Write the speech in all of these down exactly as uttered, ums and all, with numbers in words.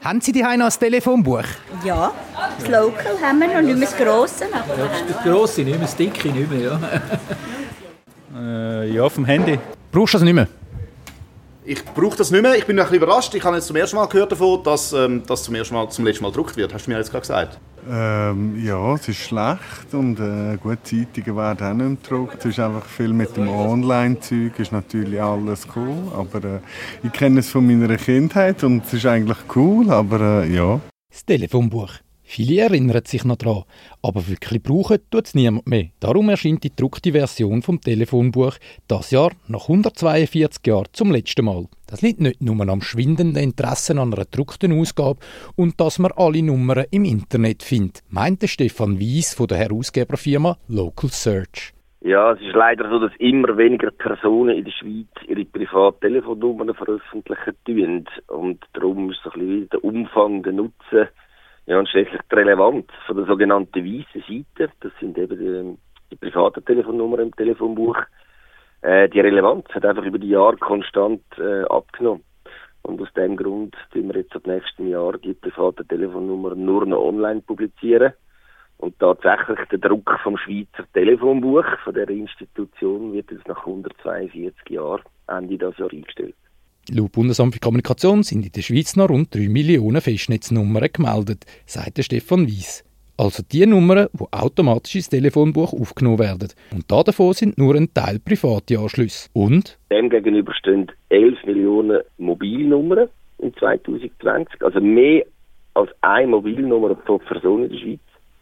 Haben Sie daheim noch ein Telefonbuch? Ja, das Local haben wir noch, nicht mehr das Grosse. Ja, das Grosse, nicht mehr das Dicke, nicht mehr, ja. äh, ja, vom Handy. Brauchst du das nicht mehr? Ich brauche das nicht mehr. Ich bin ein bisschen überrascht. Ich habe jetzt zum ersten Mal gehört davon, dass ähm, das zum ersten Mal, zum letzten Mal gedruckt wird. Hast du mir jetzt gerade gesagt? Ähm, ja, es ist schlecht und äh, gut, Zeitungen werden auch nicht mehr gedruckt. Es ist einfach viel mit dem Online-Zeug, ist natürlich alles cool. Aber äh, ich kenne es von meiner Kindheit und es ist eigentlich cool, aber äh, ja. Das Telefonbuch. Viele erinnern sich noch daran, aber wirklich brauchen tut es niemand mehr. Darum erscheint die gedruckte Version vom Telefonbuch das Jahr nach hundertzweiundvierzig Jahren zum letzten Mal. Das liegt nicht nur am schwindenden Interesse an einer gedruckten Ausgabe und dass man alle Nummern im Internet findet, meinte Stefan Weiss von der Herausgeberfirma Local Search. Ja, es ist leider so, dass immer weniger Personen in der Schweiz ihre privaten Telefonnummern veröffentlichen tun. Und darum ist so ein bisschen der Umfang, der Nutzen, ja, und schließlich die Relevanz von der sogenannten weißen Seite, das sind eben die, die privaten Telefonnummern im Telefonbuch, äh, die Relevanz hat einfach über die Jahre konstant äh, abgenommen. Und aus dem Grund tun wir jetzt ab nächstem Jahr die privaten Telefonnummern nur noch online publizieren. Und tatsächlich der Druck vom Schweizer Telefonbuch, von dieser Institution, wird jetzt nach hundertzweiundvierzig Jahren Ende dieses Jahr eingestellt. Laut Bundesamt für Kommunikation sind in der Schweiz noch rund drei Millionen Festnetznummern gemeldet, sagt Stefan Weiss. Also die Nummern, die automatisch ins Telefonbuch aufgenommen werden. Und davon sind nur ein Teil private Anschlüsse. Und? Demgegenüber stehen elf Millionen Mobilnummern im zwanzig zwanzig. Also mehr als eine Mobilnummer pro Person in der Schweiz.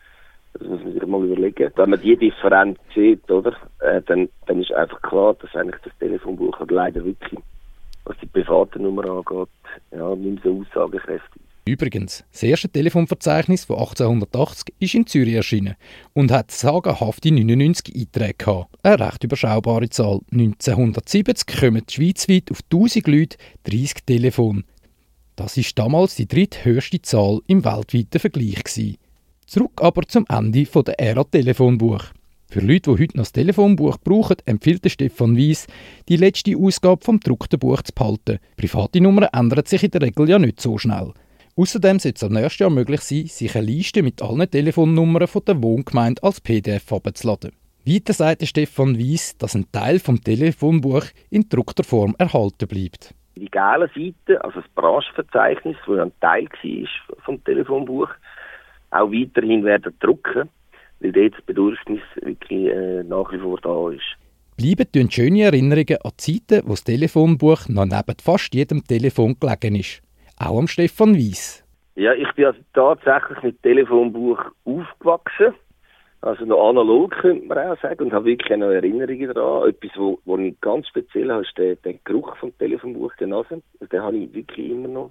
Das muss man sich mal überlegen. Wenn man die Differenz sieht, oder, äh, dann, dann ist einfach klar, dass eigentlich das Telefonbuch hat leider wirklich, was die private Nummer angeht, ja, nicht mehr so aussagekräftig. Übrigens, das erste Telefonverzeichnis von achtzehnhundertachtzig ist in Zürich erschienen und hat sagenhafte neunundneunzig Einträge gehabt. Eine recht überschaubare Zahl. neunzehnhundertsiebzig kommen schweizweit auf tausend Leute dreißig Telefone. Das ist damals die dritthöchste Zahl im weltweiten Vergleich gewesen. Zurück aber zum Ende der Ära Telefonbuch. Für Leute, die heute noch das Telefonbuch brauchen, empfiehlt Stefan Weiss, die letzte Ausgabe vom gedruckten Buch zu behalten. Private Nummern ändern sich in der Regel ja nicht so schnell. Außerdem sollte es am nächsten Jahr möglich sein, sich eine Liste mit allen Telefonnummern von der Wohngemeinde als P D F herunterzuladen. Weiter sagte Stefan Weiss, dass ein Teil vom Telefonbuch in gedruckter Form erhalten bleibt. Die gelbe Seite, also das Branchenverzeichnis, das ein Teil war vom Telefonbuch, auch weiterhin werden drucken, weil dort das Bedürfnis wirklich äh, nach wie vor da ist. Bleiben tun schöne Erinnerungen an die Zeiten, wo das Telefonbuch noch neben fast jedem Telefon gelegen ist. Auch am Stefan Weiss. Ja, ich bin also tatsächlich mit Telefonbuch aufgewachsen. Also noch analog, könnte man auch sagen. Und habe wirklich noch Erinnerungen daran. Etwas, wo, wo ich ganz speziell habe, ist der, der Geruch vom Telefonbuch, der Nase. Den habe ich wirklich immer noch.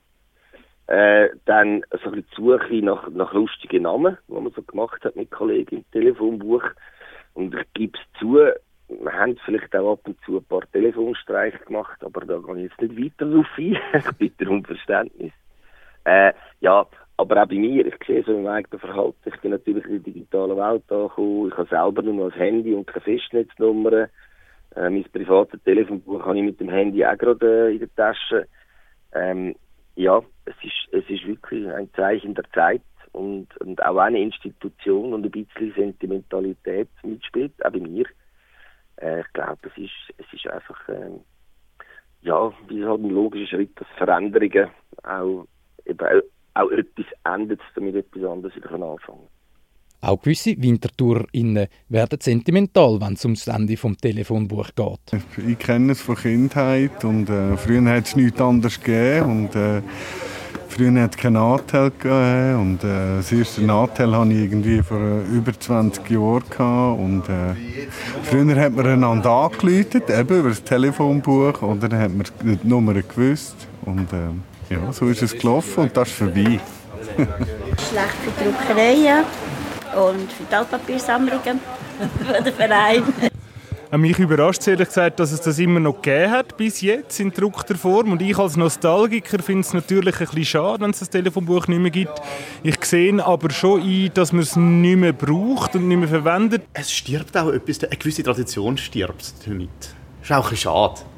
Äh, dann so ein bisschen die Suche nach, nach lustigen Namen, die man so gemacht hat mit Kollegen im Telefonbuch. Und ich gebe es zu, wir haben vielleicht auch ab und zu ein paar Telefonstreiche gemacht, aber da gehe ich jetzt nicht weiter drauf ein. Ich bitte um Verständnis. Äh, ja, aber auch bei mir, ich sehe so im eigenen Verhalten, ich bin natürlich in der digitalen Welt angekommen, ich habe selber nur noch ein Handy und keine Festnetznummer. Äh, mein privates Telefonbuch habe ich mit dem Handy auch gerade äh, in der Tasche. Ähm, ja, es ist, es ist wirklich ein Zeichen der Zeit und, und auch eine Institution und ein bisschen Sentimentalität mitspielt, auch bei mir. Äh, ich glaube, es ist, es ist einfach, äh, ja, wie halt ein logischer Schritt, dass Veränderungen auch, eben auch, auch etwas ändert, damit etwas anderes wieder anfangen kann. Auch gewisse WintertourerInnen werden sentimental, wenn es ums Ende vom Telefonbuch geht. Ich kenne es von Kindheit und äh, früher hat es nichts anderes gegeben und äh, früher hat es keinen Nachteil gegeben und äh, das erste Nachteil hatte ich irgendwie vor äh, über zwanzig Jahren gehabt und äh, früher hat man einander angerufen, eben über das Telefonbuch oder dann hat man die Nummer gewusst und äh, ja, so ist es gelaufen und das ist vorbei. Schlecht für die Druckereien und für die Altpapiersammlungen für den Verein. Mich überrascht es ehrlich gesagt, dass es das immer noch gegeben hat, bis jetzt in gedruckter Form. Und ich als Nostalgiker finde es natürlich ein bisschen schade, wenn es das Telefonbuch nicht mehr gibt. Ich sehe aber schon ein, dass man es nicht mehr braucht und nicht mehr verwendet. Es stirbt auch etwas, eine gewisse Tradition stirbt damit. Das ist auch ein bisschen schade.